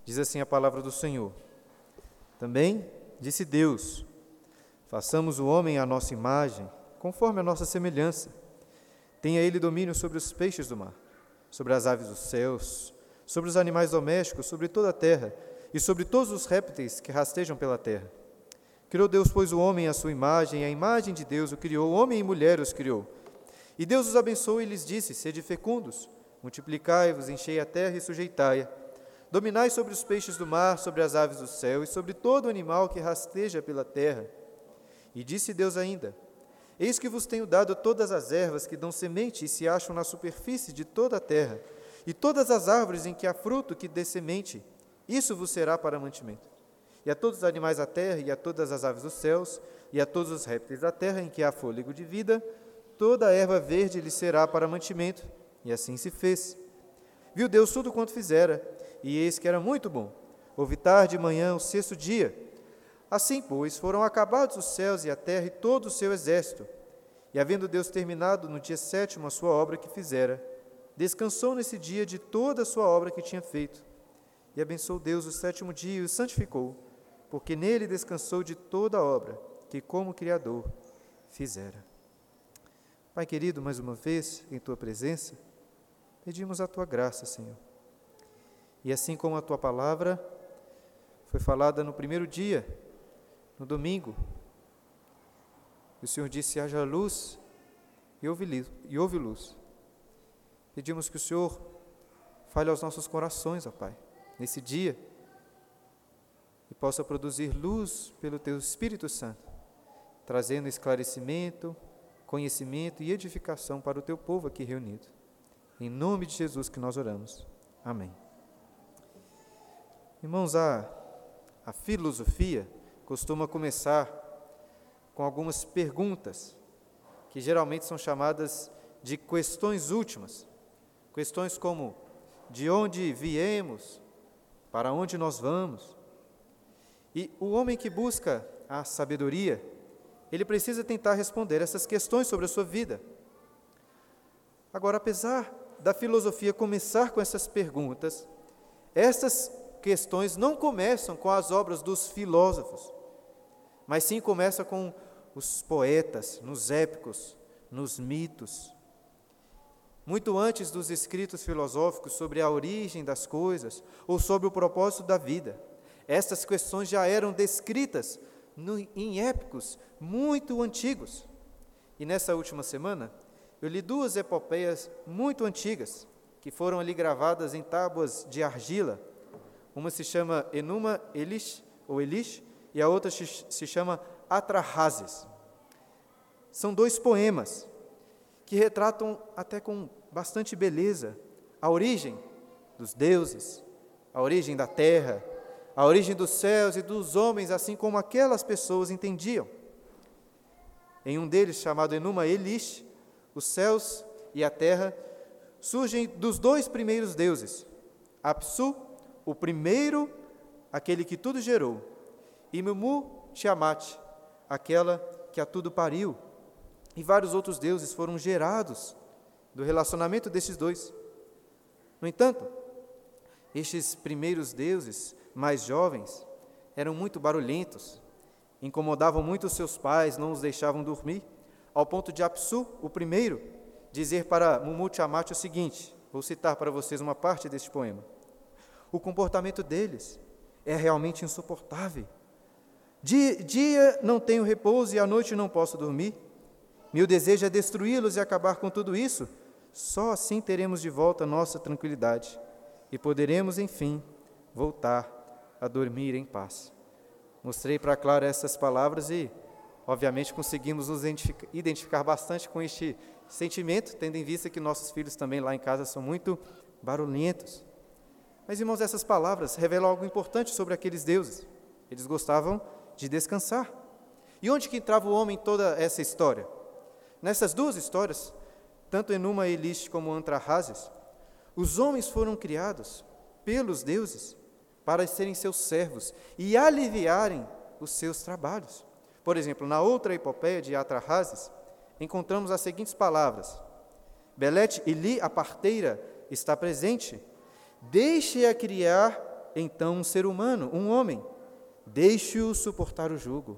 Diz assim a palavra do Senhor. Também disse Deus: façamos o homem à nossa imagem, conforme a nossa semelhança. Tenha ele domínio sobre os peixes do mar, sobre as aves dos céus, sobre os animais domésticos, sobre toda a terra e sobre todos os répteis que rastejam pela terra. Criou Deus, pois, o homem à sua imagem, a imagem de Deus o criou, homem e mulher os criou. E Deus os abençoou e lhes disse: sede fecundos, multiplicai-vos, enchei a terra e sujeitai-a. Dominai sobre os peixes do mar, sobre as aves do céu e sobre todo animal que rasteja pela terra. E disse Deus ainda: eis que vos tenho dado todas as ervas que dão semente e se acham na superfície de toda a terra, e todas as árvores em que há fruto que dê semente, isso vos será para mantimento. E a todos os animais da terra, e a todas as aves dos céus, e a todos os répteis da terra em que há fôlego de vida, toda a erva verde lhe será para mantimento. E assim se fez. Viu Deus tudo quanto fizera, e eis que era muito bom. Houve tarde e manhã, o sexto dia. Assim, pois, foram acabados os céus e a terra e todo o seu exército. E havendo Deus terminado no dia sétimo a sua obra que fizera, descansou nesse dia de toda a sua obra que tinha feito. E abençoou Deus o sétimo dia e o santificou, porque nele descansou de toda a obra que, como Criador, fizera. Pai querido, mais uma vez, em Tua presença, pedimos a Tua graça, Senhor. E assim como a Tua palavra foi falada no primeiro dia, no domingo, o Senhor disse: haja luz, e houve luz. Pedimos que o Senhor fale aos nossos corações, ó Pai, nesse dia, e possa produzir luz pelo Teu Espírito Santo, trazendo esclarecimento, conhecimento e edificação para o Teu povo aqui reunido. Em nome de Jesus que nós oramos. Amém. Irmãos, a filosofia costuma começar com algumas perguntas, que geralmente são chamadas de questões últimas. Questões como: de onde viemos? Para onde nós vamos? E o homem que busca a sabedoria, ele precisa tentar responder essas questões sobre a sua vida. Agora, apesar da filosofia começar com essas perguntas, essas questões não começam com as obras dos filósofos, mas sim começam com os poetas, nos épicos, nos mitos. Muito antes dos escritos filosóficos sobre a origem das coisas ou sobre o propósito da vida, essas questões já eram descritas em épicos muito antigos. E nessa última semana, eu li duas epopeias muito antigas, que foram ali gravadas em tábuas de argila. Uma se chama Enuma Elish, e a outra se chama Atrahasis. São dois poemas que retratam até com bastante beleza a origem dos deuses, a origem da terra, a origem dos céus e dos homens, assim como aquelas pessoas entendiam. Em um deles, chamado Enuma Elish, os céus e a terra surgem dos dois primeiros deuses, Apsu, o primeiro, aquele que tudo gerou, e Mumu Tiamat, aquela que a tudo pariu. E vários outros deuses foram gerados do relacionamento desses dois. No entanto, estes primeiros deuses, mais jovens, eram muito barulhentos, incomodavam muito os seus pais, não os deixavam dormir, ao ponto de Apsu, o primeiro, dizer para Mumu Tiamat o seguinte: vou citar para vocês uma parte deste poema. O comportamento deles é realmente insuportável. Dia não tenho repouso e à noite não posso dormir. Meu desejo é destruí-los e acabar com tudo isso. Só assim teremos de volta nossa tranquilidade e poderemos, enfim, voltar a dormir em paz. Mostrei para Clara essas palavras e, obviamente, conseguimos nos identificar bastante com este sentimento, tendo em vista que nossos filhos também lá em casa são muito barulhentos. Mas, irmãos, essas palavras revelam algo importante sobre aqueles deuses. Eles gostavam de descansar. E onde que entrava o homem em toda essa história? Nessas duas histórias, tanto Enuma Elish como Atrahasis, os homens foram criados pelos deuses para serem seus servos e aliviarem os seus trabalhos. Por exemplo, na outra epopeia de Atrahasis, encontramos as seguintes palavras: Belet Ili, a parteira, está presente, deixe-a criar então um ser humano, um homem, deixe-o suportar o jugo,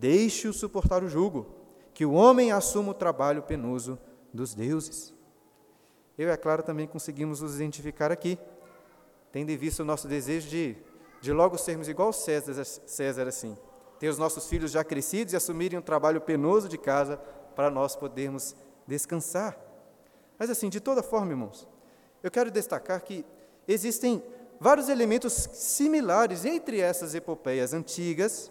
que o homem assuma o trabalho penoso dos deuses. Eu e a Clara também conseguimos nos identificar aqui, tendo em vista o nosso desejo de logo sermos igual César assim, ter os nossos filhos já crescidos e assumirem um trabalho penoso de casa para nós podermos descansar. Mas assim, de toda forma, irmãos, eu quero destacar que existem vários elementos similares entre essas epopeias antigas,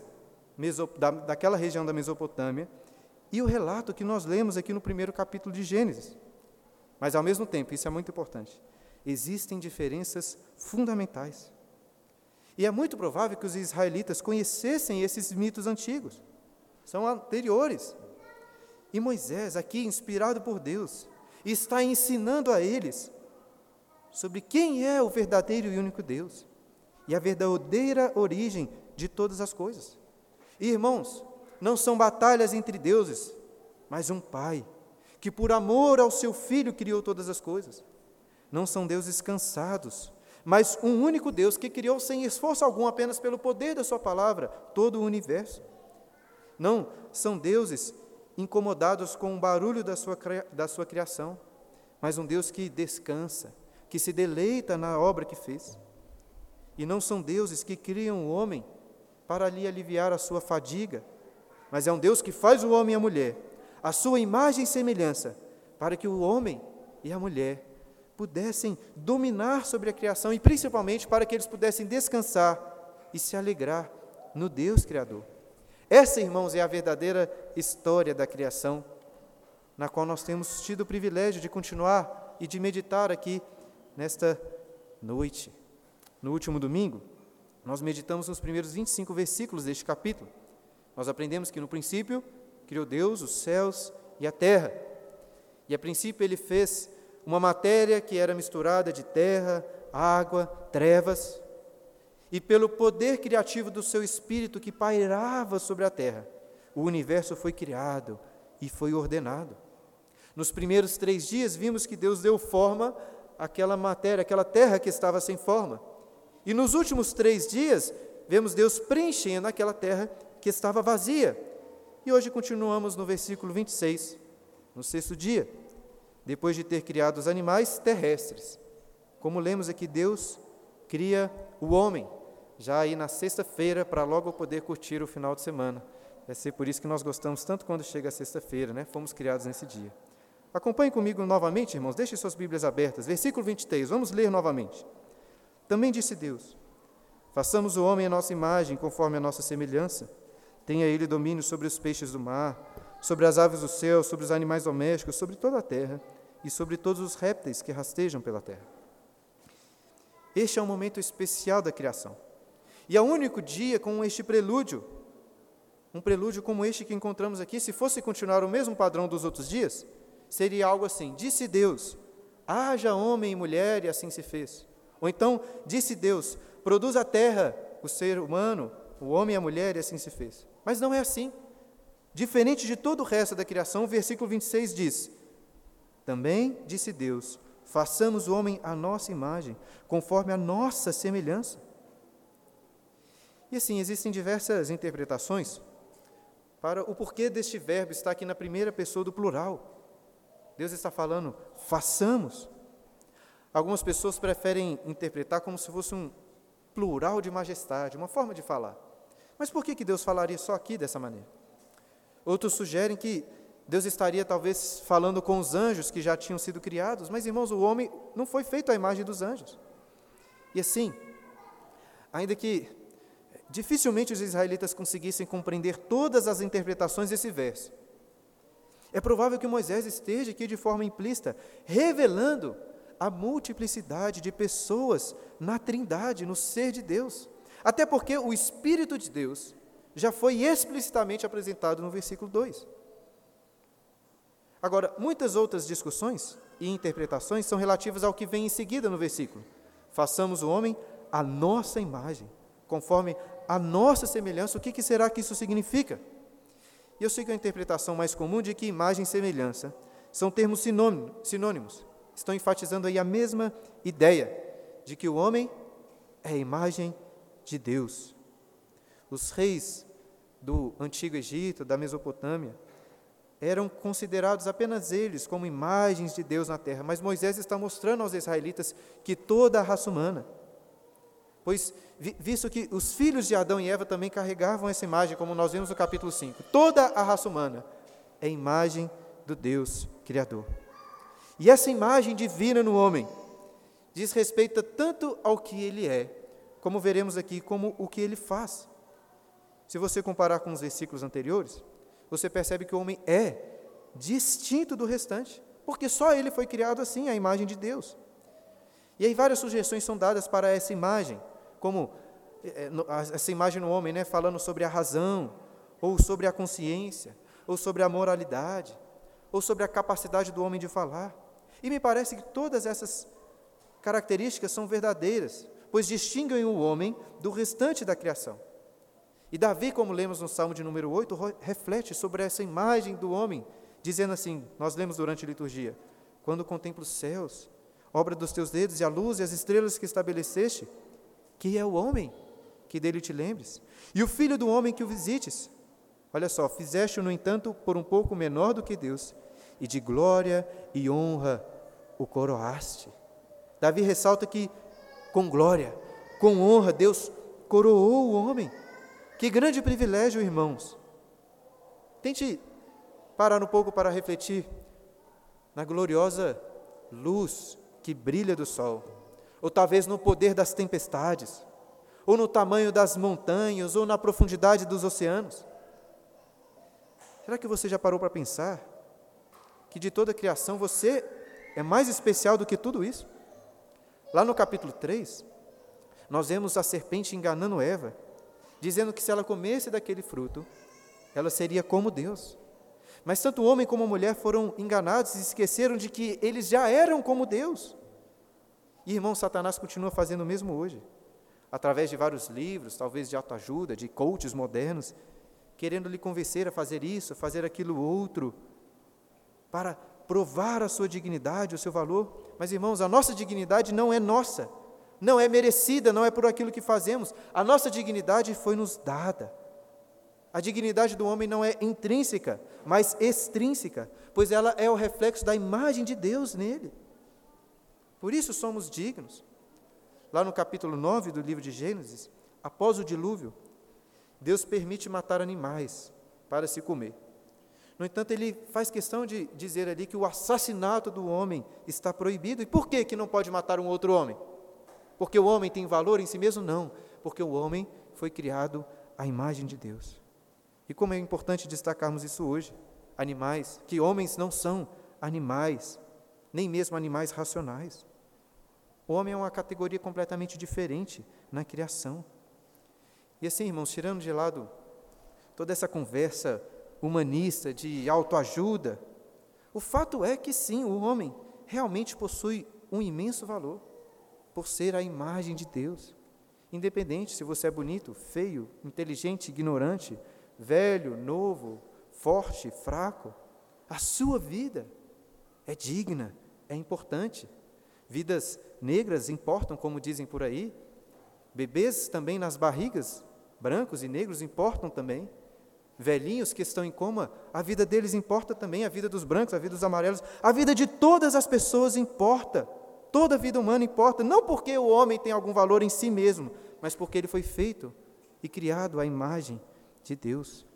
daquela região da Mesopotâmia, e o relato que nós lemos aqui no primeiro capítulo de Gênesis. Mas, ao mesmo tempo, isso é muito importante, existem diferenças fundamentais. E é muito provável que os israelitas conhecessem esses mitos antigos, são anteriores. E Moisés, aqui, inspirado por Deus, está ensinando a eles sobre quem é o verdadeiro e único Deus e a verdadeira origem de todas as coisas. E, irmãos, não são batalhas entre deuses, mas um Pai, que por amor ao seu Filho criou todas as coisas. Não são deuses cansados, mas um único Deus que criou sem esforço algum, apenas pelo poder da sua palavra, todo o universo. Não são deuses incomodados com o barulho da sua criação, mas um Deus que descansa, que se deleita na obra que fez. E não são deuses que criam o homem para lhe aliviar a sua fadiga, mas é um Deus que faz o homem e a mulher, a sua imagem e semelhança, para que o homem e a mulher pudessem dominar sobre a criação e principalmente para que eles pudessem descansar e se alegrar no Deus Criador. Essa, irmãos, é a verdadeira história da criação, na qual nós temos tido o privilégio de continuar e de meditar aqui nesta noite. No último domingo, nós meditamos nos primeiros 25 versículos deste capítulo. Nós aprendemos que no princípio criou Deus os céus e a terra. E a princípio ele fez uma matéria que era misturada de terra, água, trevas, e pelo poder criativo do seu Espírito que pairava sobre a terra, o universo foi criado e foi ordenado. Nos primeiros 3 dias vimos que Deus deu forma àquela matéria, àquela terra que estava sem forma. E nos últimos 3 dias, vemos Deus preenchendo aquela terra que estava vazia. E hoje continuamos no versículo 26, no 6º dia, depois de ter criado os animais terrestres. Como lemos aqui, Deus cria o homem, já aí na sexta-feira, para logo poder curtir o final de semana. Vai ser por isso que nós gostamos tanto quando chega a sexta-feira, né? Fomos criados nesse dia. Acompanhe comigo novamente, irmãos, deixem suas Bíblias abertas. Versículo 23, vamos ler novamente. Também disse Deus: façamos o homem à nossa imagem, conforme a nossa semelhança. Tenha ele domínio sobre os peixes do mar, sobre as aves do céu, sobre os animais domésticos, sobre toda a terra e sobre todos os répteis que rastejam pela terra. Este é um momento especial da criação. E é o único dia com este prelúdio, um prelúdio como este que encontramos aqui. Se fosse continuar o mesmo padrão dos outros dias, seria algo assim: disse Deus, haja homem e mulher, e assim se fez. Ou então, disse Deus, produz a terra, o ser humano, o homem e a mulher, e assim se fez. Mas não é assim. Diferente de todo o resto da criação, o versículo 26 diz: também disse Deus, façamos o homem à nossa imagem, conforme a nossa semelhança. E assim, existem diversas interpretações para o porquê deste verbo estar aqui na primeira pessoa do plural. Deus está falando, façamos. Algumas pessoas preferem interpretar como se fosse um plural de majestade, uma forma de falar. Mas por que Deus falaria só aqui dessa maneira? Outros sugerem que Deus estaria talvez falando com os anjos que já tinham sido criados, mas, irmãos, o homem não foi feito à imagem dos anjos. E assim, ainda que dificilmente os israelitas conseguissem compreender todas as interpretações desse verso, é provável que Moisés esteja aqui de forma implícita, revelando a multiplicidade de pessoas na Trindade, no ser de Deus. Até porque o Espírito de Deus já foi explicitamente apresentado no versículo 2. Agora, muitas outras discussões e interpretações são relativas ao que vem em seguida no versículo. Façamos o homem à nossa imagem, conforme a nossa semelhança. O que será que isso significa? E eu sei que a interpretação mais comum de que imagem e semelhança são termos sinônimos. Estão enfatizando aí a mesma ideia de que o homem é a imagem de Deus. Os reis do Antigo Egito, da Mesopotâmia, eram considerados apenas eles como imagens de Deus na terra, mas Moisés está mostrando aos israelitas que toda a raça humana, pois visto que os filhos de Adão e Eva também carregavam essa imagem, como nós vemos no capítulo 5, toda a raça humana é imagem do Deus Criador. E essa imagem divina no homem diz respeito tanto ao que ele é, como veremos aqui, como o que ele faz. Se você comparar com os versículos anteriores, você percebe que o homem é distinto do restante, porque só ele foi criado assim, à imagem de Deus. E aí várias sugestões são dadas para essa imagem, como essa imagem no homem, né, falando sobre a razão, ou sobre a consciência, ou sobre a moralidade, ou sobre a capacidade do homem de falar. E me parece que todas essas características são verdadeiras, pois distinguem o homem do restante da criação. E Davi, como lemos no Salmo de número 8, reflete sobre essa imagem do homem, dizendo assim, nós lemos durante a liturgia: quando contemplo os céus, obra dos teus dedos, e a luz e as estrelas que estabeleceste, que é o homem, que dele te lembres, e o filho do homem que o visites. Olha só, fizeste-o, no entanto, por um pouco menor do que Deus, e de glória e honra o coroaste. Davi ressalta que com glória, com honra, Deus coroou o homem. Que grande privilégio, irmãos. Tente parar um pouco para refletir na gloriosa luz que brilha do sol, ou talvez no poder das tempestades, ou no tamanho das montanhas, ou na profundidade dos oceanos. Será que você já parou para pensar que de toda a criação você é mais especial do que tudo isso? Lá no capítulo 3, nós vemos a serpente enganando Eva, dizendo que se ela comesse daquele fruto, ela seria como Deus. Mas tanto o homem como a mulher foram enganados e esqueceram de que eles já eram como Deus. E, irmão, Satanás continua fazendo o mesmo hoje, através de vários livros, talvez de autoajuda, de coaches modernos, querendo lhe convencer a fazer isso, a fazer aquilo outro, para provar a sua dignidade, o seu valor. Mas, irmãos, a nossa dignidade não é nossa, não é merecida, não é por aquilo que fazemos. A nossa dignidade foi nos dada. A dignidade do homem não é intrínseca, mas extrínseca, pois ela é o reflexo da imagem de Deus nele. Por isso somos dignos. Lá no capítulo 9 do livro de Gênesis, após o dilúvio, Deus permite matar animais para se comer. No entanto, ele faz questão de dizer ali que o assassinato do homem está proibido. E por que não pode matar um outro homem? Porque o homem tem valor em si mesmo? Não, porque o homem foi criado à imagem de Deus. E como é importante destacarmos isso hoje, que homens não são animais, nem mesmo animais racionais. O homem é uma categoria completamente diferente na criação. E assim, irmãos, tirando de lado toda essa conversa humanista de autoajuda, o fato é que sim, o homem realmente possui um imenso valor, por ser a imagem de Deus. Independente se você é bonito, feio, inteligente, ignorante, velho, novo, forte, fraco, a sua vida é digna, é importante. Vidas negras importam, como dizem por aí. Bebês também nas barrigas, brancos e negros, importam também. Velhinhos que estão em coma, a vida deles importa também, a vida dos brancos, a vida dos amarelos, a vida de todas as pessoas importa. Toda a vida humana importa, não porque o homem tem algum valor em si mesmo, mas porque ele foi feito e criado à imagem de Deus.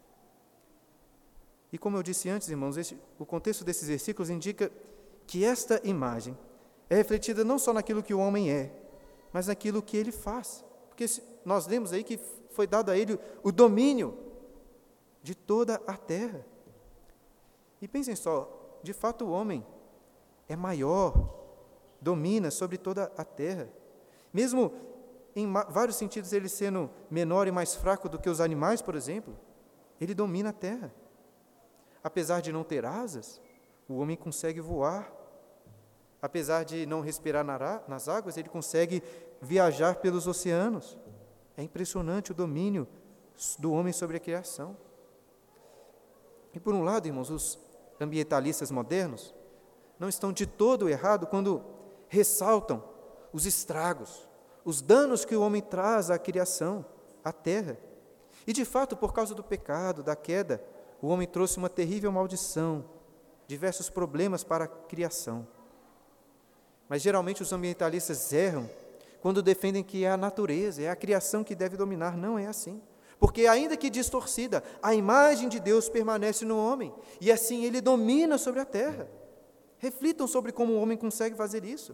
E como eu disse antes, irmãos, o contexto desses versículos indica que esta imagem é refletida não só naquilo que o homem é, mas naquilo que ele faz. Porque nós lemos aí que foi dado a ele o domínio de toda a terra. E pensem só, de fato o homem é maior, domina sobre toda a terra. Mesmo em vários sentidos ele sendo menor e mais fraco do que os animais, por exemplo, ele domina a terra. Apesar de não ter asas, o homem consegue voar. Apesar de não respirar nas águas, ele consegue viajar pelos oceanos. É impressionante o domínio do homem sobre a criação. E por um lado, irmãos, os ambientalistas modernos não estão de todo errado quando ressaltam os estragos, os danos que o homem traz à criação, à terra. E, de fato, por causa do pecado, da queda, o homem trouxe uma terrível maldição, diversos problemas para a criação. Mas, geralmente, os ambientalistas erram quando defendem que é a natureza, é a criação que deve dominar. Não é assim. Porque, ainda que distorcida, a imagem de Deus permanece no homem, e assim ele domina sobre a terra. Reflitam sobre como o homem consegue fazer isso.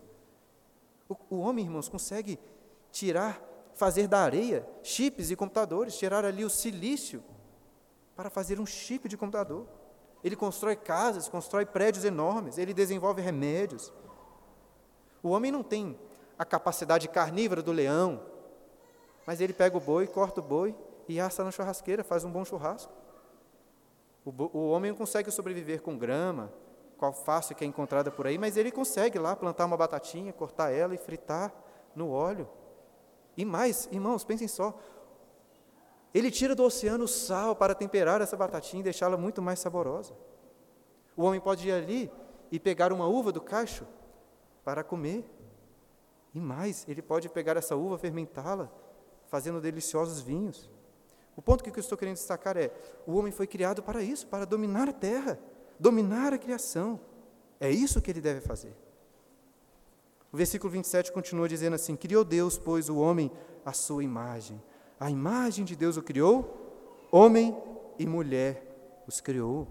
O homem, irmãos, consegue fazer da areia chips e computadores, tirar ali o silício para fazer um chip de computador. Ele constrói casas, constrói prédios enormes, ele desenvolve remédios. O homem não tem a capacidade carnívora do leão, mas ele pega o boi, corta o boi e assa na churrasqueira, faz um bom churrasco. O homem não consegue sobreviver com grama, com alface que é encontrada por aí, mas ele consegue lá plantar uma batatinha, cortar ela e fritar no óleo. E mais, irmãos, pensem só, ele tira do oceano o sal para temperar essa batatinha e deixá-la muito mais saborosa. O homem pode ir ali e pegar uma uva do cacho para comer. E mais, ele pode pegar essa uva, fermentá-la, fazendo deliciosos vinhos. O ponto que eu estou querendo destacar é, o homem foi criado para isso, para dominar a terra, dominar a criação. É isso que ele deve fazer. O versículo 27 continua dizendo assim: criou Deus, pois, o homem à sua imagem. A imagem de Deus o criou, homem e mulher os criou.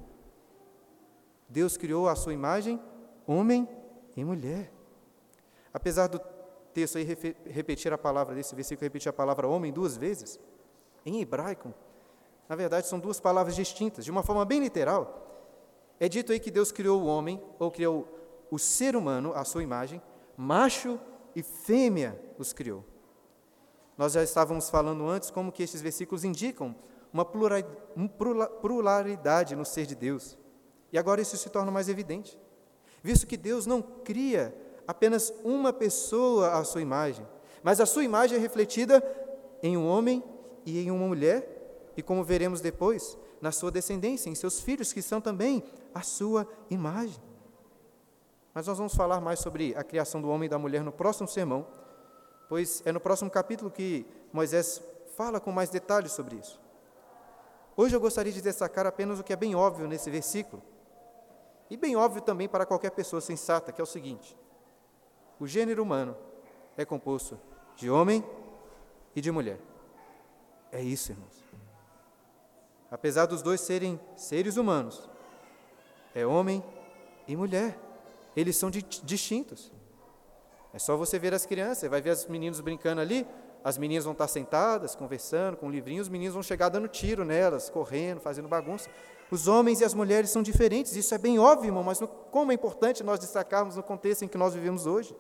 Deus criou a sua imagem, homem e mulher. Apesar do texto aí repetir a palavra, desse versículo repetir a palavra homem 2 vezes, em hebraico, na verdade, são 2 palavras distintas. De uma forma bem literal, é dito aí que Deus criou o homem, ou criou o ser humano à sua imagem, macho e fêmea os criou. Nós já estávamos falando antes como que estes versículos indicam uma pluralidade no ser de Deus. E agora isso se torna mais evidente, visto que Deus não cria apenas uma pessoa à sua imagem, mas a sua imagem é refletida em um homem e em uma mulher, e como veremos depois, na sua descendência, em seus filhos, que são também a sua imagem. Mas nós vamos falar mais sobre a criação do homem e da mulher no próximo sermão, pois é no próximo capítulo que Moisés fala com mais detalhes sobre isso. Hoje eu gostaria de destacar apenas o que é bem óbvio nesse versículo, e bem óbvio também para qualquer pessoa sensata, que é o seguinte: o gênero humano é composto de homem e de mulher. É isso, irmãos. Apesar dos dois serem seres humanos, é homem e mulher. Eles são distintos. É só você ver as crianças, você vai ver os meninos brincando ali, as meninas vão estar sentadas, conversando com um livrinho, os meninos vão chegar dando tiro nelas, correndo, fazendo bagunça. Os homens e as mulheres são diferentes, isso é bem óbvio, irmão, mas como é importante nós destacarmos no contexto em que nós vivemos hoje.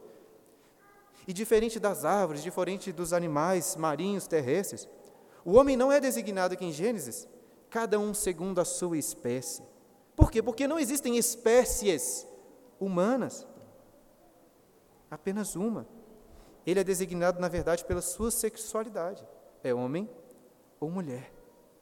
E diferente das árvores, diferente dos animais marinhos, terrestres, o homem não é designado aqui em Gênesis, cada um segundo a sua espécie. Por quê? Porque não existem espécies humanas, apenas uma. Ele é designado, na verdade, pela sua sexualidade, é homem ou mulher.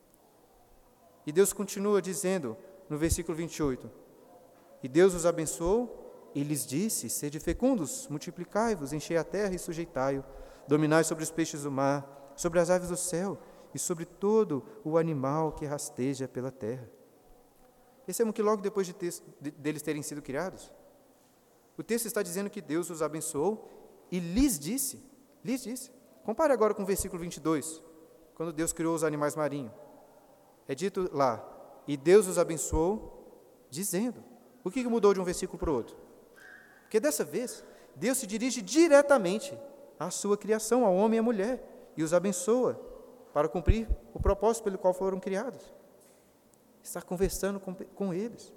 E Deus continua dizendo, no versículo 28, e Deus os abençoou e lhes disse: sede fecundos, multiplicai-vos, enchei a terra e sujeitai-o, dominai sobre os peixes do mar, sobre as aves do céu e sobre todo o animal que rasteja pela terra. Percebam que logo depois deles terem sido criados, o texto está dizendo que Deus os abençoou e lhes disse. Compare agora com o versículo 22, quando Deus criou os animais marinhos. É dito lá, e Deus os abençoou, dizendo. O que mudou de um versículo para o outro? Porque dessa vez, Deus se dirige diretamente à sua criação, ao homem e à mulher, e os abençoa para cumprir o propósito pelo qual foram criados. Está conversando com eles.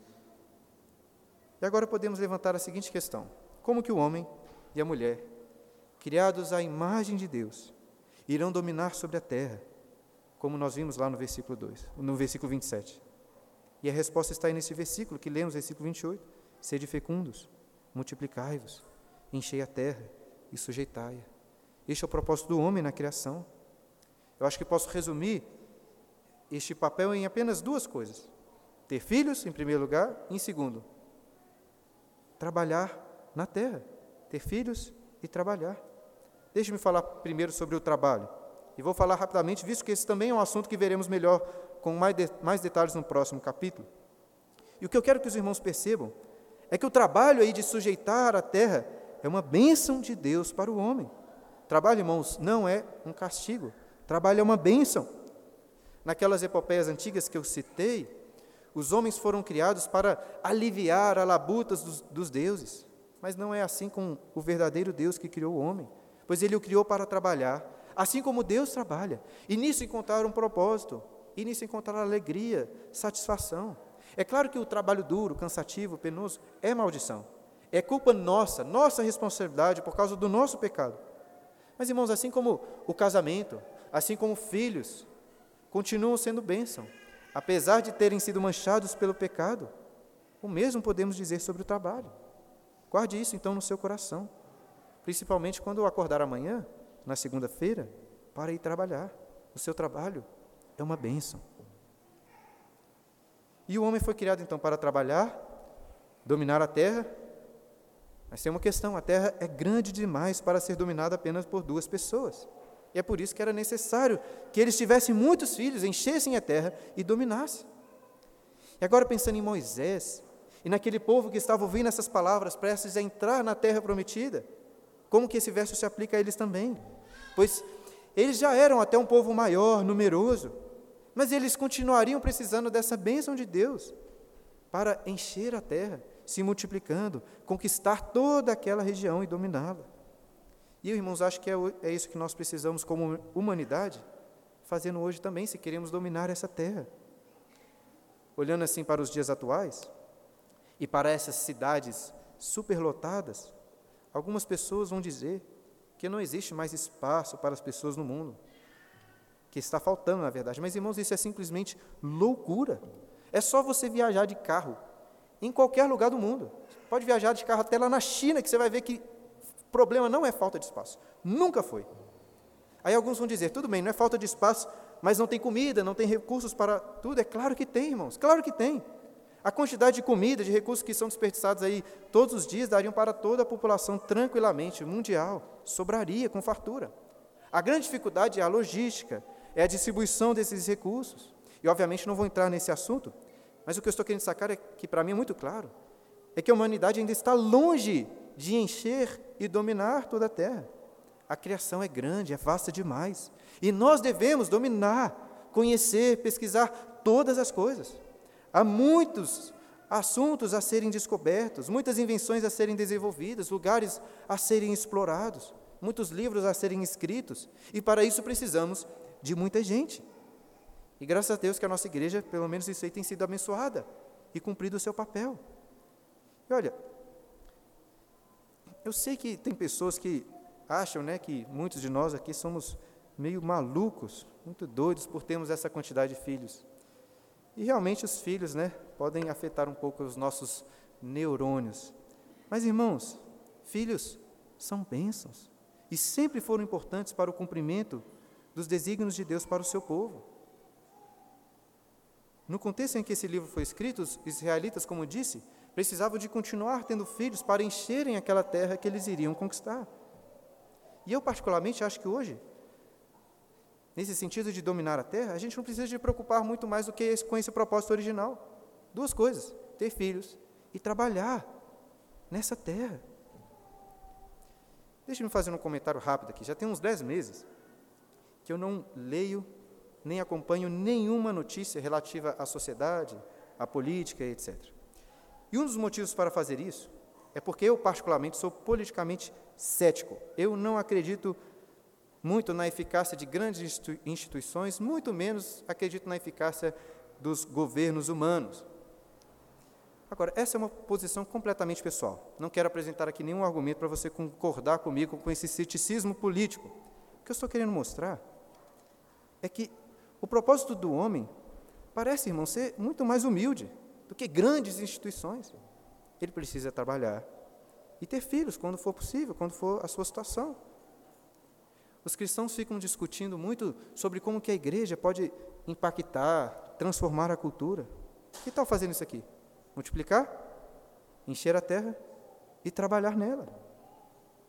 E agora podemos levantar a seguinte questão: como que o homem e a mulher, criados à imagem de Deus, irão dominar sobre a terra, como nós vimos lá no versículo 2, no versículo 27? E a resposta está aí nesse versículo que lemos, versículo 28. Sede fecundos, multiplicai-vos, enchei a terra e sujeitai-a. Este é o propósito do homem na criação. Eu acho que posso resumir este papel em apenas 2 coisas: ter filhos, em primeiro lugar, e em segundo, trabalhar na terra. Ter filhos e trabalhar. Deixe-me falar primeiro sobre o trabalho. E vou falar rapidamente, visto que esse também é um assunto que veremos melhor, com mais detalhes no próximo capítulo. E o que eu quero que os irmãos percebam é que o trabalho aí de sujeitar a terra é uma bênção de Deus para o homem. Trabalho, irmãos, não é um castigo. Trabalho é uma bênção. Naquelas epopeias antigas que eu citei, os homens foram criados para aliviar a labutas dos deuses. Mas não é assim com o verdadeiro Deus que criou o homem, pois Ele o criou para trabalhar, assim como Deus trabalha, e nisso encontrar um propósito, e nisso encontrar alegria, satisfação. É claro que o trabalho duro, cansativo, penoso, é maldição. É culpa nossa, nossa responsabilidade por causa do nosso pecado. Mas, irmãos, assim como o casamento, assim como filhos, continuam sendo bênção, apesar de terem sido manchados pelo pecado. O mesmo podemos dizer sobre o trabalho. Guarde isso, então, no seu coração, principalmente quando acordar amanhã, na segunda-feira, para ir trabalhar. O seu trabalho é uma bênção. E o homem foi criado, então, para trabalhar, dominar a terra. Mas tem uma questão: a terra é grande demais para ser dominada apenas por 2 pessoas. E é por isso que era necessário que eles tivessem muitos filhos, enchessem a terra e dominassem. E agora, pensando em Moisés, e naquele povo que estava ouvindo essas palavras, prestes a entrar na terra prometida, como que esse verso se aplica a eles também? Pois eles já eram até um povo maior, numeroso, mas eles continuariam precisando dessa bênção de Deus para encher a terra, se multiplicando, conquistar toda aquela região e dominá-la. E eu, irmãos, acho que é isso que nós precisamos como humanidade, fazendo hoje também, se queremos dominar essa terra. Olhando assim para os dias atuais, e para essas cidades superlotadas, algumas pessoas vão dizer que não existe mais espaço para as pessoas no mundo, que está faltando, na verdade. Mas, irmãos, isso é simplesmente loucura. É só você viajar de carro em qualquer lugar do mundo. Você pode viajar de carro até lá na China, que você vai ver que o problema não é falta de espaço. Nunca foi. Aí alguns vão dizer, tudo bem, não é falta de espaço, mas não tem comida, não tem recursos para tudo. É claro que tem, irmãos, claro que tem. A quantidade de comida, de recursos que são desperdiçados aí todos os dias, dariam para toda a população tranquilamente, mundial, sobraria com fartura. A grande dificuldade é a logística, é a distribuição desses recursos. E, obviamente, não vou entrar nesse assunto, mas o que eu estou querendo destacar é que, para mim, é muito claro, é que a humanidade ainda está longe de encher e dominar toda a terra. A criação é grande, é vasta demais, e nós devemos dominar, conhecer, pesquisar todas as coisas. Há muitos assuntos a serem descobertos, muitas invenções a serem desenvolvidas, lugares a serem explorados, muitos livros a serem escritos, e para isso precisamos de muita gente. E graças a Deus que a nossa igreja, pelo menos isso aí, tem sido abençoada e cumprido o seu papel. E olha, eu sei que tem pessoas que acham, que muitos de nós aqui somos meio malucos, muito doidos por termos essa quantidade de filhos. E realmente os filhos, podem afetar um pouco os nossos neurônios. Mas, irmãos, filhos são bênçãos e sempre foram importantes para o cumprimento dos desígnios de Deus para o seu povo. No contexto em que esse livro foi escrito, os israelitas, como disse, precisavam de continuar tendo filhos para encherem aquela terra que eles iriam conquistar. E eu, particularmente, acho que hoje, nesse sentido de dominar a terra, a gente não precisa de preocupar muito mais do que com esse propósito original. 2 coisas: ter filhos e trabalhar nessa terra. Deixe-me fazer um comentário rápido aqui. Já tem uns 10 meses que eu não leio nem acompanho nenhuma notícia relativa à sociedade, à política, etc. E um dos motivos para fazer isso é porque eu, particularmente, sou politicamente cético. Eu não acredito muito na eficácia de grandes instituições, muito menos acredito na eficácia dos governos humanos. Agora, essa é uma posição completamente pessoal. Não quero apresentar aqui nenhum argumento para você concordar comigo com esse ceticismo político. O que eu estou querendo mostrar é que o propósito do homem parece, irmão, ser muito mais humilde do que grandes instituições. Ele precisa trabalhar e ter filhos quando for possível, quando for a sua situação. Os cristãos ficam discutindo muito sobre como que a igreja pode impactar, transformar a cultura. Que tal fazendo isso aqui? Multiplicar, encher a terra e trabalhar nela.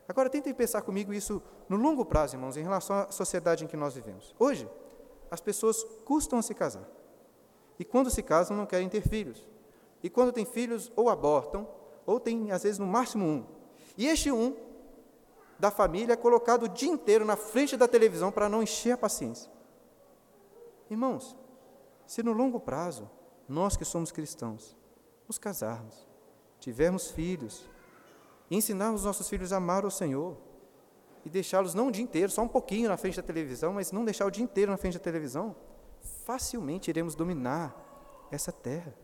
Agora, tentem pensar comigo isso no longo prazo, irmãos, em relação à sociedade em que nós vivemos. Hoje, as pessoas custam a se casar. E quando se casam, não querem ter filhos. E quando têm filhos, ou abortam, ou têm, às vezes, no máximo um. E este um da família é colocado o dia inteiro na frente da televisão para não encher a paciência. Irmãos, se no longo prazo, nós que somos cristãos, nos casarmos, tivermos filhos, e ensinarmos nossos filhos a amar o Senhor, e deixá-los não o dia inteiro, só um pouquinho na frente da televisão, mas não deixar o dia inteiro na frente da televisão, facilmente iremos dominar essa terra.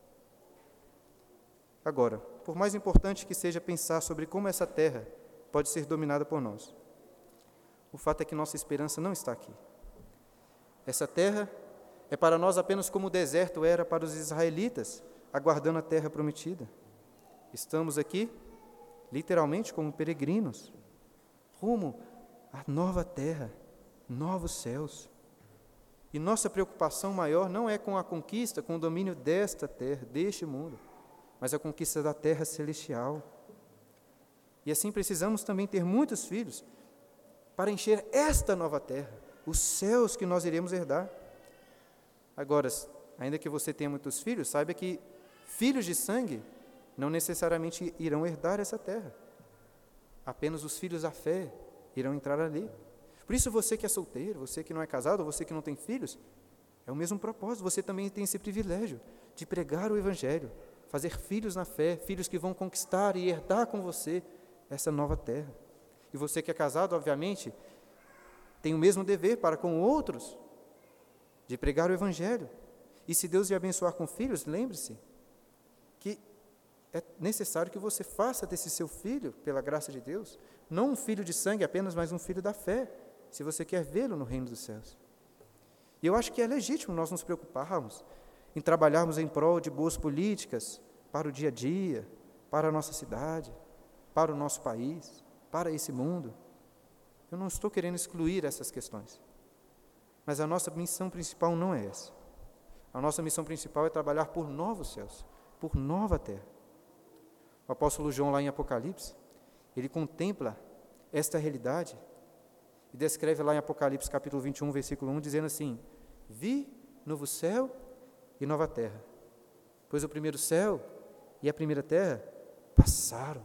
Agora, por mais importante que seja pensar sobre como essa terra pode ser dominada por nós, o fato é que nossa esperança não está aqui. Essa terra é para nós apenas como o deserto era para os israelitas, aguardando a terra prometida. Estamos aqui, literalmente, como peregrinos, rumo à nova terra, novos céus. E nossa preocupação maior não é com a conquista, com o domínio desta terra, deste mundo, mas a conquista da terra celestial. E assim precisamos também ter muitos filhos para encher esta nova terra, os céus que nós iremos herdar. Agora, ainda que você tenha muitos filhos, saiba que filhos de sangue não necessariamente irão herdar essa terra. Apenas os filhos da fé irão entrar ali. Por isso, você que é solteiro, você que não é casado, você que não tem filhos, é o mesmo propósito. Você também tem esse privilégio de pregar o Evangelho, fazer filhos na fé, filhos que vão conquistar e herdar com você essa nova terra. E você que é casado, obviamente, tem o mesmo dever para com outros, de pregar o Evangelho. E se Deus lhe abençoar com filhos, lembre-se que é necessário que você faça desse seu filho, pela graça de Deus, não um filho de sangue apenas, mas um filho da fé, se você quer vê-lo no reino dos céus. E eu acho que é legítimo nós nos preocuparmos em trabalharmos em prol de boas políticas para o dia a dia, para a nossa cidade, para o nosso país, para esse mundo. Eu não estou querendo excluir essas questões, mas a nossa missão principal não é essa. A nossa missão principal é trabalhar por novos céus, por nova terra. O apóstolo João, lá em Apocalipse, ele contempla esta realidade e descreve lá em Apocalipse capítulo 21, versículo 1, dizendo assim: vi novo céu e nova terra, pois o primeiro céu e a primeira terra passaram.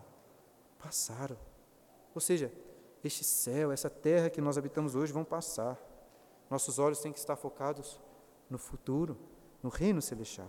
Ou seja, este céu, essa terra que nós habitamos hoje vão passar. Nossos olhos têm que estar focados no futuro, no reino celestial.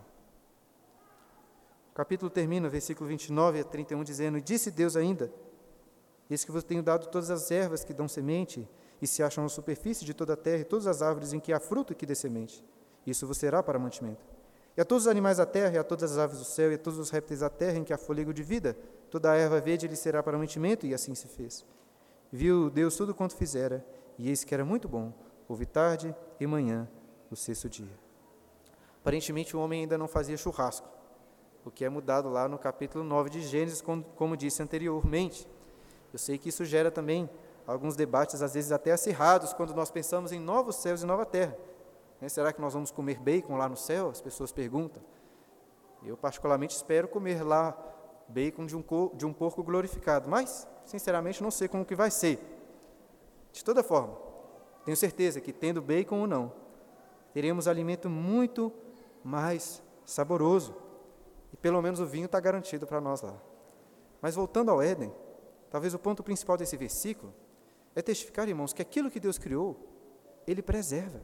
O capítulo termina, versículo 29 a 31, dizendo: e disse Deus ainda: eis que vos tenho dado todas as ervas que dão semente, e se acham na superfície de toda a terra, e todas as árvores em que há fruto que dê semente. Isso vos será para mantimento. E a todos os animais da terra, e a todas as aves do céu, e a todos os répteis da terra em que há fôlego de vida, toda a erva verde lhe será para mantimento, e assim se fez. Viu Deus tudo quanto fizera, e eis que era muito bom. Houve tarde e manhã, o sexto dia. Aparentemente o homem ainda não fazia churrasco, o que é mudado lá no capítulo 9 de Gênesis, como disse anteriormente. Eu sei que isso gera também alguns debates, às vezes até acirrados, quando nós pensamos em novos céus e nova terra. Será que nós vamos comer bacon lá no céu? As pessoas perguntam. Eu particularmente espero comer lá bacon de um porco glorificado, mas, sinceramente, não sei como que vai ser. De toda forma, tenho certeza que, tendo bacon ou não, teremos alimento muito mais saboroso. E pelo menos o vinho está garantido para nós lá. Mas voltando ao Éden, talvez o ponto principal desse versículo é testificar, irmãos, que aquilo que Deus criou, Ele preserva.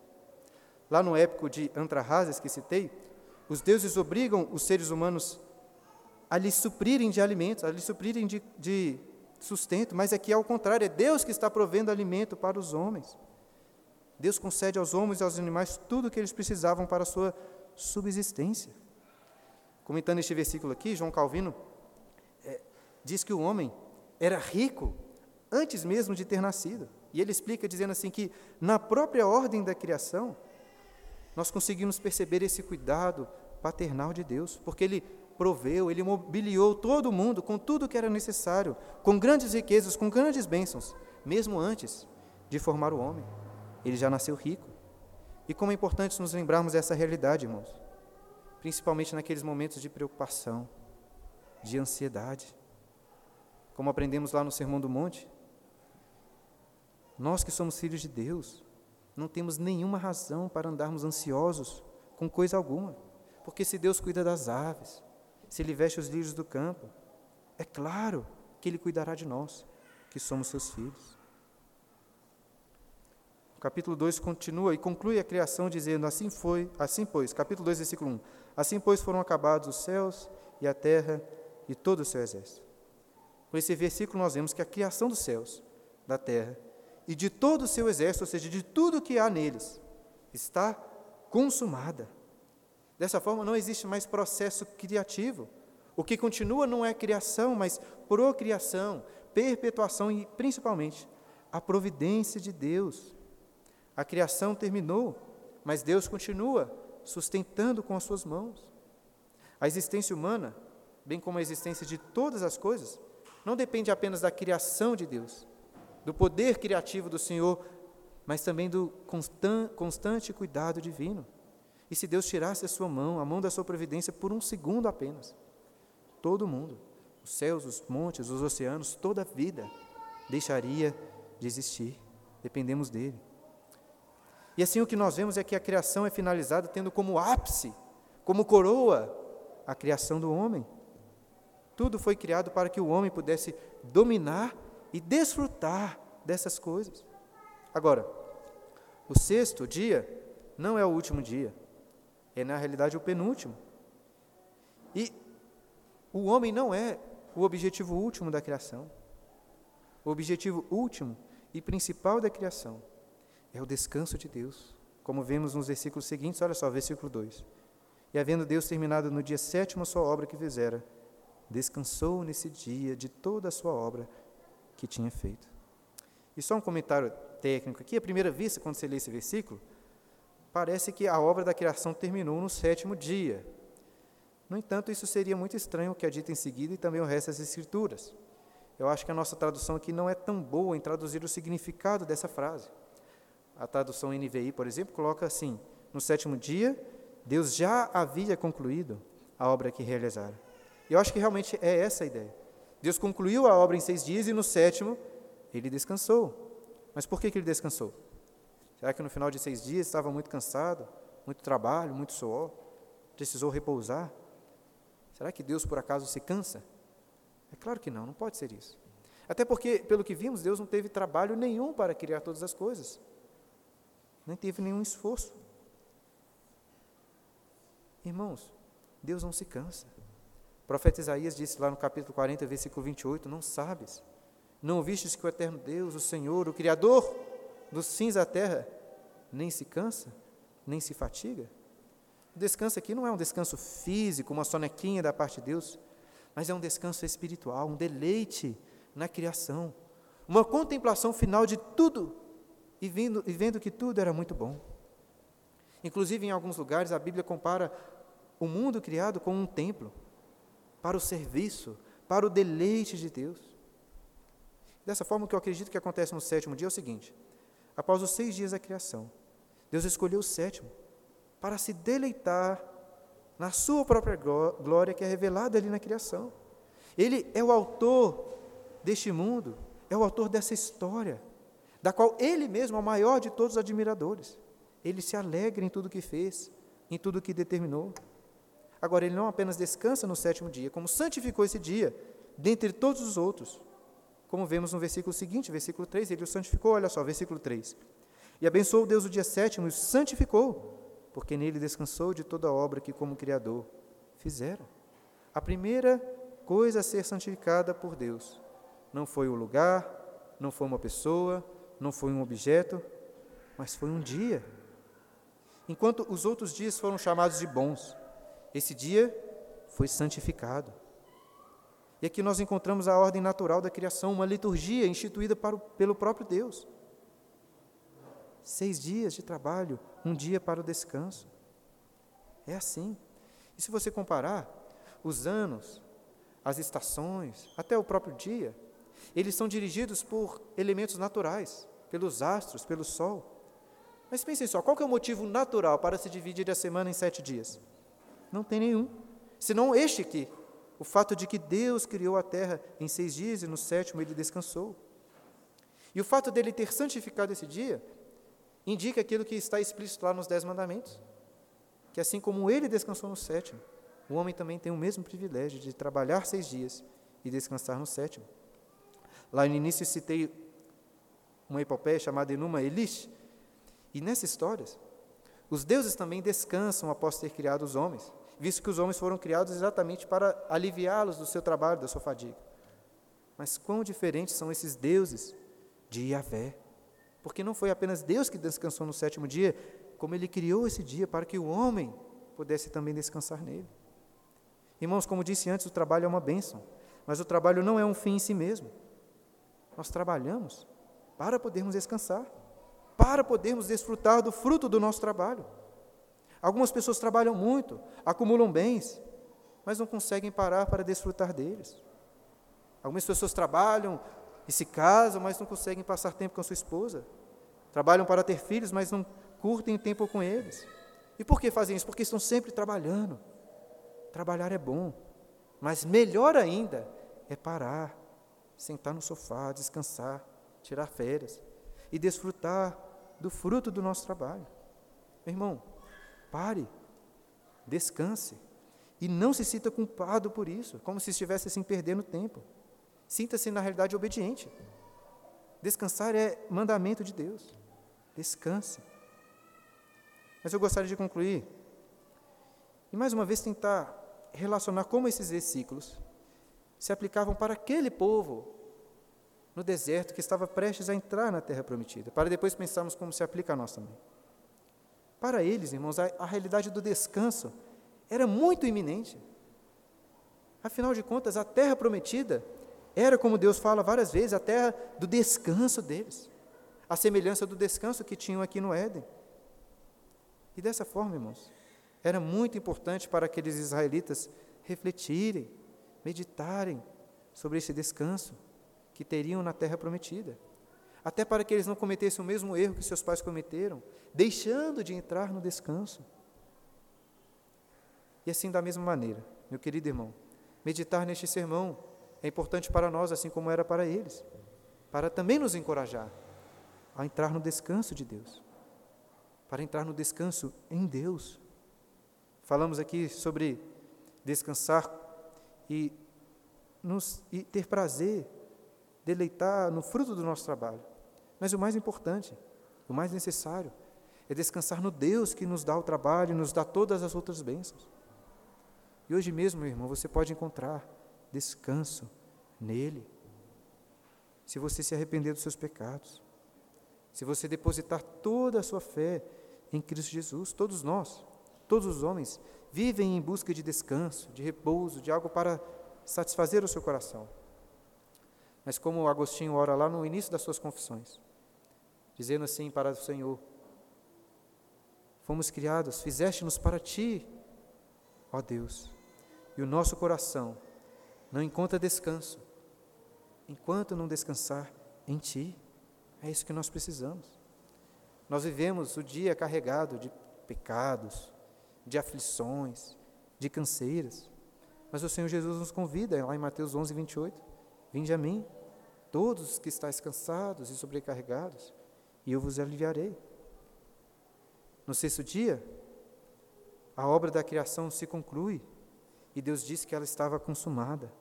Lá no épico de Antrahasis, que citei, os deuses obrigam os seres humanos a lhes suprirem de alimentos, a lhes suprirem de sustento, mas aqui, ao contrário, é Deus que está provendo alimento para os homens. Deus concede aos homens e aos animais tudo o que eles precisavam para a sua subsistência. Comentando este versículo aqui, João Calvino diz que o homem era rico antes mesmo de ter nascido. E ele explica dizendo assim que, na própria ordem da criação, nós conseguimos perceber esse cuidado paternal de Deus, porque Ele proveu, Ele mobiliou todo o mundo com tudo o que era necessário, com grandes riquezas, com grandes bênçãos, mesmo antes de formar o homem. Ele já nasceu rico. E como é importante nos lembrarmos dessa realidade, irmãos, principalmente naqueles momentos de preocupação, de ansiedade. como aprendemos lá no Sermão do Monte, nós que somos filhos de Deus, não temos nenhuma razão para andarmos ansiosos com coisa alguma, porque se Deus cuida das aves, se Ele veste os lírios do campo, é claro que Ele cuidará de nós, que somos seus filhos. O capítulo 2 continua e conclui a criação dizendo, assim pois, capítulo 2, versículo 1, assim pois foram acabados os céus e a terra e todo o seu exército. Com esse versículo nós vemos que a criação dos céus, da terra e de todo o seu exército, ou seja, de tudo que há neles, está consumada. Dessa forma não existe mais processo criativo. O que continua não é criação, mas procriação, perpetuação e, principalmente, a providência de Deus. A criação terminou, mas Deus continua sustentando com as suas mãos. A existência humana, bem como a existência de todas as coisas, não depende apenas da criação de Deus, do poder criativo do Senhor, mas também do constante cuidado divino. E se Deus tirasse a mão da sua providência por um segundo apenas, todo mundo, os céus, os montes, os oceanos, toda a vida deixaria de existir. Dependemos dele. E assim o que nós vemos é que a criação é finalizada tendo como ápice, como coroa, a criação do homem. Tudo foi criado para que o homem pudesse dominar e desfrutar dessas coisas. Agora, o sexto dia não é o último dia, é na realidade o penúltimo. E o homem não é o objetivo último da criação. O objetivo último e principal da criação é o descanso de Deus, como vemos nos versículos seguintes. Olha só, versículo 2. E havendo Deus terminado no dia sétimo a sua obra que fizera, descansou nesse dia de toda a sua obra que tinha feito. E só um comentário técnico aqui, à primeira vista, quando você lê esse versículo, parece que a obra da criação terminou no sétimo dia. No entanto, isso seria muito estranho o que é dito em seguida e também o resto das Escrituras. Eu acho que a nossa tradução aqui não é tão boa em traduzir o significado dessa frase. A tradução NVI, por exemplo, coloca assim, no sétimo dia, Deus já havia concluído a obra que realizara. Eu acho que realmente é essa a ideia. Deus concluiu a obra em 6 dias e no sétimo ele descansou. Mas por que ele descansou? Será que no final de 6 dias estava muito cansado, muito trabalho, muito suor, precisou repousar? Será que Deus por acaso se cansa? É claro que não pode ser isso. Até porque, pelo que vimos, Deus não teve trabalho nenhum para criar todas as coisas. Nem teve nenhum esforço. Irmãos, Deus não se cansa. O profeta Isaías disse lá no capítulo 40, versículo 28, não sabes, não ouvistes que o eterno Deus, o Senhor, o Criador dos fins da terra, nem se cansa, nem se fatiga? O descanso aqui não é um descanso físico, uma sonequinha da parte de Deus, mas é um descanso espiritual, um deleite na criação, uma contemplação final de tudo, e vendo que tudo era muito bom. Inclusive, em alguns lugares, a Bíblia compara o mundo criado com um templo, para o serviço, para o deleite de Deus. Dessa forma, o que eu acredito que acontece no sétimo dia é o seguinte: após os 6 dias da criação, Deus escolheu o sétimo para se deleitar na sua própria glória, que é revelada ali na criação. Ele é o autor deste mundo, é o autor dessa história, da qual ele mesmo é o maior de todos os admiradores. Ele se alegra em tudo que fez, em tudo que determinou. Agora, ele não apenas descansa no sétimo dia, como santificou esse dia, dentre todos os outros. Como vemos no versículo seguinte, versículo 3, ele o santificou, olha só, versículo 3. E abençoou Deus o dia sétimo e o santificou, porque nele descansou de toda a obra que como Criador fizera. A primeira coisa a ser santificada por Deus não foi o lugar, não foi uma pessoa, não foi um objeto, mas foi um dia. Enquanto os outros dias foram chamados de bons, esse dia foi santificado. E aqui nós encontramos a ordem natural da criação, uma liturgia instituída pelo próprio Deus. 6 dias de trabalho, um dia para o descanso. É assim. E se você comparar os anos, as estações, até o próprio dia, eles são dirigidos por elementos naturais, pelos astros, pelo sol. Mas pensem só, qual que é o motivo natural para se dividir a semana em 7 dias? Não tem nenhum, senão este aqui, o fato de que Deus criou a terra em 6 dias e no 7º ele descansou. E o fato dele ter santificado esse dia indica aquilo que está explícito lá nos 10 mandamentos, que assim como ele descansou no 7º, o homem também tem o mesmo privilégio de trabalhar 6 dias e descansar no 7º. Lá no início citei uma epopeia chamada Enuma Elish, e nessa história, os deuses também descansam após ter criado os homens, visto que os homens foram criados exatamente para aliviá-los do seu trabalho, da sua fadiga. Mas quão diferentes são esses deuses de Yahvé, porque não foi apenas Deus que descansou no 7º dia, como Ele criou esse dia para que o homem pudesse também descansar nele. Irmãos, como disse antes, o trabalho é uma bênção, mas o trabalho não é um fim em si mesmo. Nós trabalhamos para podermos descansar, para podermos desfrutar do fruto do nosso trabalho. Algumas pessoas trabalham muito, acumulam bens, mas não conseguem parar para desfrutar deles. Algumas pessoas trabalham e se casam, mas não conseguem passar tempo com a sua esposa. Trabalham para ter filhos, mas não curtem tempo com eles. E por que fazem isso? Porque estão sempre trabalhando. Trabalhar é bom, mas melhor ainda é parar, sentar no sofá, descansar, tirar férias e desfrutar do fruto do nosso trabalho. Meu irmão, pare, descanse e não se sinta culpado por isso, como se estivesse assim perdendo tempo. Sinta-se na realidade obediente. Descansar é mandamento de Deus. Descanse. Mas eu gostaria de concluir e mais uma vez tentar relacionar como esses versículos se aplicavam para aquele povo no deserto que estava prestes a entrar na terra prometida, para depois pensarmos como se aplica a nós também. Para eles, irmãos, a realidade do descanso era muito iminente. Afinal de contas, a terra prometida era, como Deus fala várias vezes, a terra do descanso deles, a semelhança do descanso que tinham aqui no Éden. E dessa forma, irmãos, era muito importante para aqueles israelitas refletirem, meditarem sobre esse descanso que teriam na terra prometida, até para que eles não cometessem o mesmo erro que seus pais cometeram, deixando de entrar no descanso. E assim, da mesma maneira, meu querido irmão, meditar neste sermão é importante para nós, assim como era para eles, para também nos encorajar a entrar no descanso de Deus, para entrar no descanso em Deus. Falamos aqui sobre descansar e ter prazer, deleitar no fruto do nosso trabalho. Mas o mais importante, o mais necessário, é descansar no Deus que nos dá o trabalho e nos dá todas as outras bênçãos. E hoje mesmo, meu irmão, você pode encontrar descanso nele, se você se arrepender dos seus pecados, se você depositar toda a sua fé em Cristo Jesus. Todos nós, todos os homens, vivem em busca de descanso, de repouso, de algo para satisfazer o seu coração. Mas como Agostinho ora lá no início das suas confissões, dizendo assim para o Senhor: fomos criados, fizeste-nos para Ti, ó Deus, e o nosso coração não encontra descanso, enquanto não descansar em Ti. É isso que nós precisamos. Nós vivemos o dia carregado de pecados, de aflições, de canseiras, mas o Senhor Jesus nos convida, lá em Mateus 11, 28, vinde a mim, todos que estáis cansados e sobrecarregados, e eu vos aliviarei. No 6º dia, a obra da criação se conclui, e Deus disse que ela estava consumada.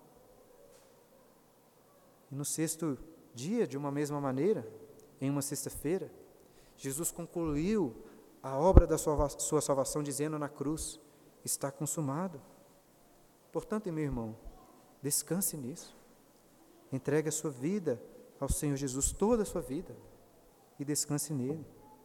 E no 6º dia, de uma mesma maneira, em uma sexta-feira, Jesus concluiu a obra da sua salvação, dizendo na cruz: está consumado. Portanto, meu irmão, descanse nisso. Entregue a sua vida ao Senhor Jesus, toda a sua vida, e descanse nele.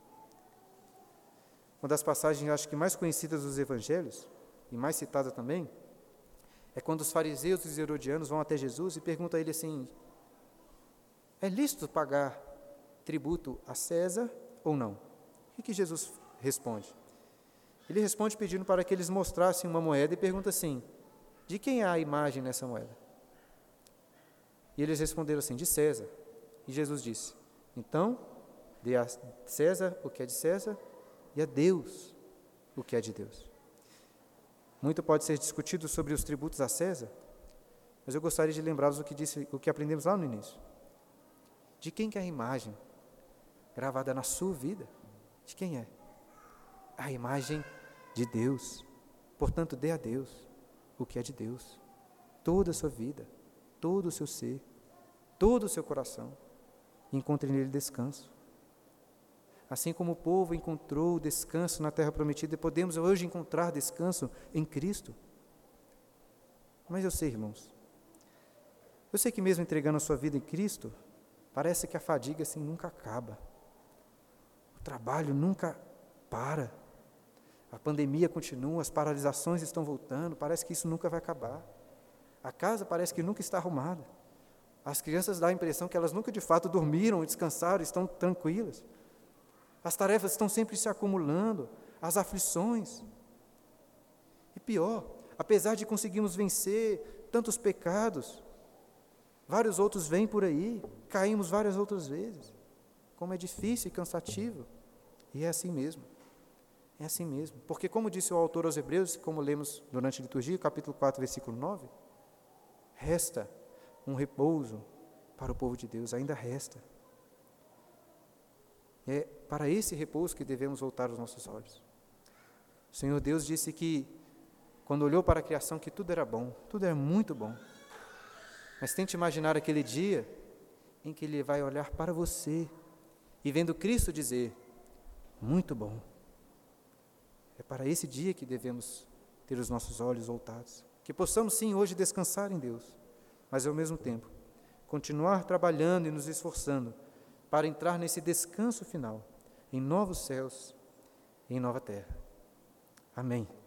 Uma das passagens, acho que mais conhecidas dos evangelhos, e mais citada também, é quando os fariseus e os herodianos vão até Jesus e perguntam a ele assim: é lícito pagar tributo a César ou não? O que Jesus responde? Ele responde pedindo para que eles mostrassem uma moeda e pergunta assim: de quem é a imagem nessa moeda? E eles responderam assim: de César. E Jesus disse: então, dê a César o que é de César e a Deus o que é de Deus. Muito pode ser discutido sobre os tributos a César, Mas eu gostaria de lembrá-los o que aprendemos lá no início. De quem que é a imagem gravada na sua vida? De quem é? A imagem de Deus. Portanto, dê a Deus o que é de Deus. Toda a sua vida, todo o seu ser, todo o seu coração. E encontre nele descanso. Assim como o povo encontrou descanso na terra prometida, podemos hoje encontrar descanso em Cristo. Mas eu sei, irmãos, eu sei que mesmo entregando a sua vida em Cristo, parece que a fadiga assim nunca acaba. O trabalho nunca para. A pandemia continua, as paralisações estão voltando, parece que isso nunca vai acabar. A casa parece que nunca está arrumada. As crianças dão a impressão que elas nunca de fato dormiram, descansaram, estão tranquilas. As tarefas estão sempre se acumulando, as aflições. E pior, apesar de conseguirmos vencer tantos pecados, vários outros vêm por aí, caímos várias outras vezes. Como é difícil e cansativo. E é assim mesmo. É assim mesmo. Porque como disse o autor aos Hebreus, como lemos durante a liturgia, capítulo 4, versículo 9, resta um repouso para o povo de Deus, ainda resta. É para esse repouso que devemos voltar os nossos olhos. O Senhor Deus disse que, quando olhou para a criação, que tudo era bom, tudo era muito bom. Mas tente imaginar aquele dia em que Ele vai olhar para você e vendo Cristo dizer, muito bom. É para esse dia que devemos ter os nossos olhos voltados. Que possamos sim hoje descansar em Deus, mas ao mesmo tempo continuar trabalhando e nos esforçando para entrar nesse descanso final, em novos céus e em nova terra. Amém.